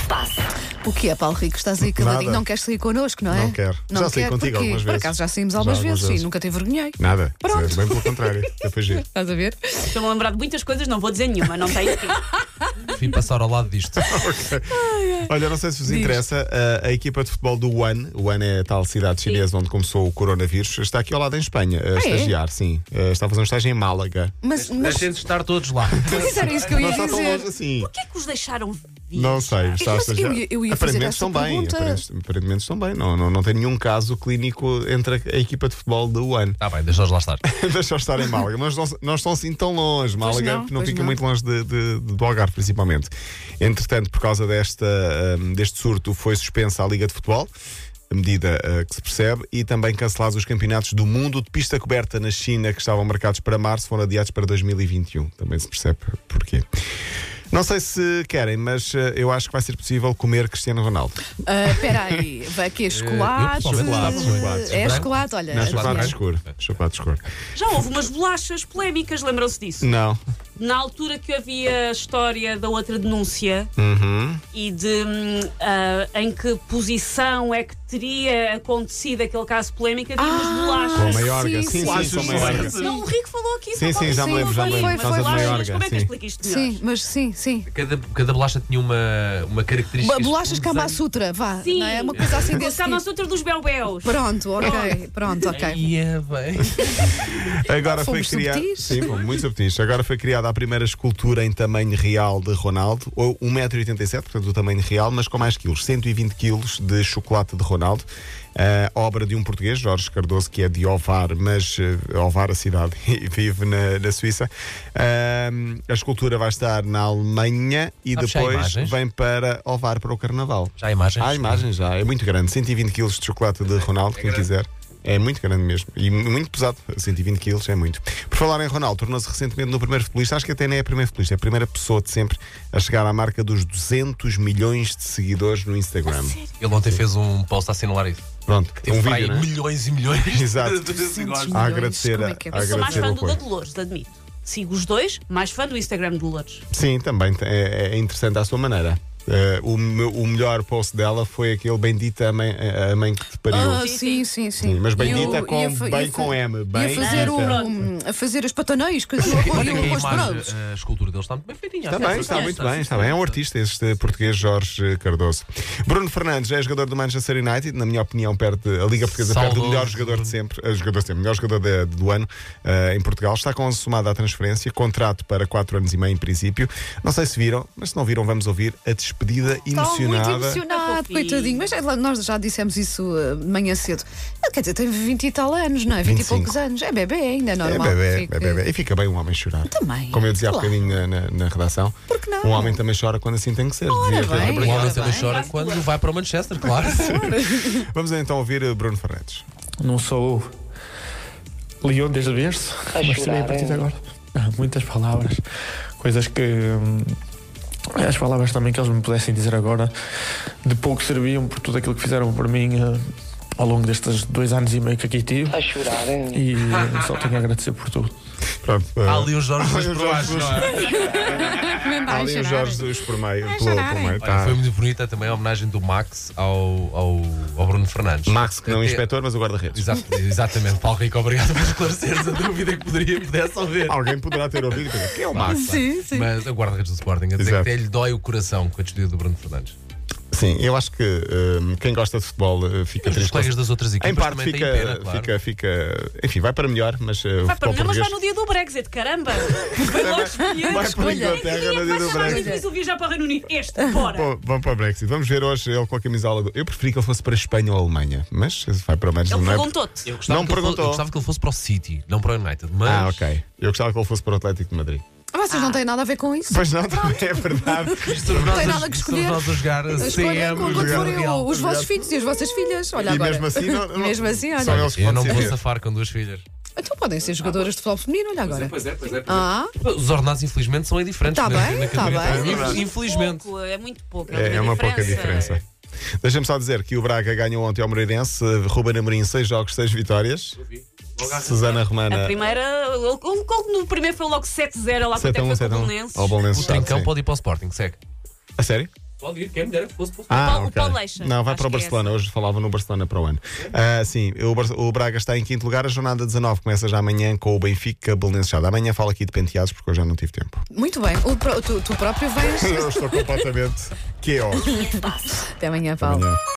se passa. O que é, Paulo Rico? Estás aí caladinho? Nada. Não queres sair connosco, não é? Não quero. Já saí contigo Porquê? algumas Por vezes. acaso já saímos algumas algumas vezes, vezes. sim, nunca te envergonhei. Nada. Pronto. Bem pelo contrário. Depois giro. Estás a ver? Estou-me a lembrar de muitas coisas, não vou dizer nenhuma, não tem aqui. Vim passar ao lado disto. Olha, não sei se vos Diz. interessa, a equipa de futebol do Wuhan, Wuhan é a tal cidade chinesa onde começou o coronavírus, está aqui ao lado em Espanha, a estagiar, sim. Está a fazer um estágio em Málaga. Mas Deixem-nos estar todos lá. pois era isso que eu Não ia está tão dizer. longe assim. O que é que os deixaram vir? Não sei, está a Mas estagiar. eu ia fazer Aparentemente essa estão bem. pergunta. Aparentemente estão bem. Não tem nenhum caso clínico entre a equipa de futebol do Wuhan. Está bem, deixa-os lá estar. Deixa-os estar em Málaga, mas não estão assim tão longe. Málaga não, não pois fica não. muito longe do Algarve, principalmente. Entretanto, por causa deste surto, foi suspensa a Liga de Futebol, a medida que se percebe, e também cancelados os campeonatos do mundo de pista coberta na China, que estavam marcados para março, foram adiados para 2021. Também se percebe porquê. Não sei se querem, mas eu acho que vai ser possível comer Cristiano Ronaldo. Espera aí, vai aqui chocolate. Chocolate. É chocolate, olha. Não, chocolate adiante. escuro. Chocolate escuro. Já houve umas bolachas polémicas, lembram-se disso? Não. Na altura que havia a história da outra denúncia e de em que posição é que teria acontecido aquele caso polémico, havia umas Com a bolachas. Maiorga. Sim, Bolachas com a Maiorga. suíças. Não, o Rico falou aqui. Sim, falou já me lembro, já me lembro. Mas Por causa de bolachas, Maiorga, como é que eu sim. explico isto melhor? Sim, mas sim. Cada bolacha tinha uma característica. Bolachas um Kama desenho. Sutra, vá. Sim. Não é uma coisa assim desse Kama tipo. Sutra dos Belbeus. Pronto, ok. Aí é bem. Agora foi Fomos criada. subtis. Sim, muito subtis. Agora foi criada a primeira escultura em tamanho real de Ronaldo, ou 1,87m, portanto o tamanho real, mas com mais quilos, 120 quilos de chocolate de Ronaldo. Obra de um português, Jorge Cardoso, que é de Ovar, mas Ovar, a cidade, e vive na Suíça. A escultura vai estar na Alemanha e Sabes se há depois imagens? vem para Ovar, para o Carnaval. Já há imagens? Há imagens já, é muito grande. 120 quilos de chocolate de Ronaldo, quem quiser. É muito grande mesmo. E muito pesado. 120 quilos é muito. Por falar em Ronaldo, tornou-se recentemente no primeiro futebolista, acho que até nem é a primeira futebolista, é a primeira pessoa de sempre a chegar à marca dos 200 milhões de seguidores no Instagram. Ele ontem fez um post a assinalar isso. Pronto, Teve um para vídeo, aí né? milhões e milhões Exato. de seguidores. A agradecer, Como é que é? a Eu sou mais agradecer fã o do da apoio. Dolores, admito. Sigo os dois, mais fã do Instagram de Dolores. Sim, também é interessante à sua maneira. O melhor post dela foi aquele bendita a mãe que te pariu. Ah, sim. Mas bendita Ia com M. Bem a fazer os pataneios com o Olha que a arroz imagem, pronto. a escultura dele está muito bem feitinha. Está muito bem. É um artista, este português Jorge Cardoso. Bruno Fernandes é jogador do Manchester United, na minha opinião, perde a Liga Portuguesa, perde o melhor jogador de sempre, o melhor jogador do ano em Portugal. Está consumada a transferência, contrato para 4 anos e meio em princípio. Não sei se viram, mas se não viram, vamos ouvir a despedida Está muito emocionada. emocionado, Fofinho. coitadinho. Mas nós já dissemos isso de manhã cedo. Ele, quer dizer, tem 20 e tal anos, não é? 20 e 25. poucos anos. É bebê ainda, é É normal. bebê. E fica bem um homem chorar. Também, Como eu dizia há claro. bocadinho na redação. Por que não? Um homem também chora quando assim tem que ser. Ora Devia ter bem. Um obrigado. homem Ora também bem. chora quando vai para o Manchester, claro. Vamos então ouvir Bruno Fernandes. Não sou leão desde berço, mas serei a partir de agora. Há muitas palavras, coisas que as palavras também que eles me pudessem dizer agora de pouco serviam por tudo aquilo que fizeram por mim ao longo destes 2 anos e meio que aqui tive. A chorar, hein? E só tenho a agradecer por tudo. Pronto, Há ali os Jorge Ali dos os por baixo, Jorge não é? há ali o Jorge Jesus por meio. Pelo meio. Olha, Tá. foi muito bonita também a homenagem do Max ao Bruno Fernandes. Max, que não é o Até- inspetor, mas o guarda-redes. Exatamente, Paulo Rico, obrigado por esclareceres a dúvida que pudesse haver. Alguém poderá ter ouvido e pensar, quem é o Max? Sim. Mas a guarda-redes do Sporting a dizer Exato. que até lhe dói o coração com a despedida do Bruno Fernandes. Sim, eu acho que quem gosta de futebol fica Os triste. colegas das outras equipas Em parte também fica, têm pena, claro. enfim, vai para melhor, mas o Vai para futebol mim, mas português vai no dia do Brexit, caramba! Foi logo escolhido. vai para a Inglaterra no dia Vai do ser mais Brexit. difícil viajar para o Reino Unido. Bora! Bom, vamos para o Brexit. Vamos ver hoje ele com a camisola do... Eu preferi que ele fosse para a Espanha ou a Alemanha, mas vai para o Manchester Ele United. perguntou-te. Eu gostava Não que ele perguntou. eu gostava que ele fosse para o City, não para o United. Mas Ah, ok. Eu gostava que ele fosse para o Atlético de Madrid. Vocês não têm nada a ver com isso? Pois não, também é verdade. Não tem nada que escolher. Somos nós a jogar Escolhem CM. quando jogar forem Real. os vossos filhos e as vossas filhas. Olha E agora. mesmo assim, Mesmo assim, olha. são eles que Eu não podem vou ser. safar com 2 filhas. Então podem ser jogadoras de futebol feminino, olha agora. Pois é. Ah, Os ordenados, infelizmente, são indiferentes. Tá na- bem, na tá categoria. bem. verdade. Infelizmente. É muito pouco. É uma pouca diferença. Deixa-me só dizer que o Braga ganhou ontem ao Moreirense. Ruben Amorim, 6 jogos, 6 vitórias. Susana Romana. A primeira, no primeiro foi logo 7-0 lá contra o 7-1. Bolonenses. Ao Bolonenses, O Trincão sim. pode ir para o Sporting, segue. A sério? Pode ir, quem me dera que fosse. O Paulo deixa. Não, vai Acho para o que é Barcelona. Hoje falava no Barcelona para o ano. Sim, o Braga está em quinto lugar. A jornada 19 começa já amanhã com o Benfica Belenenses. Amanhã falo aqui de penteados porque eu já não tive tempo. Muito bem. Tu próprio vais. Eu estou completamente. Que é Até amanhã, Paulo. amanhã.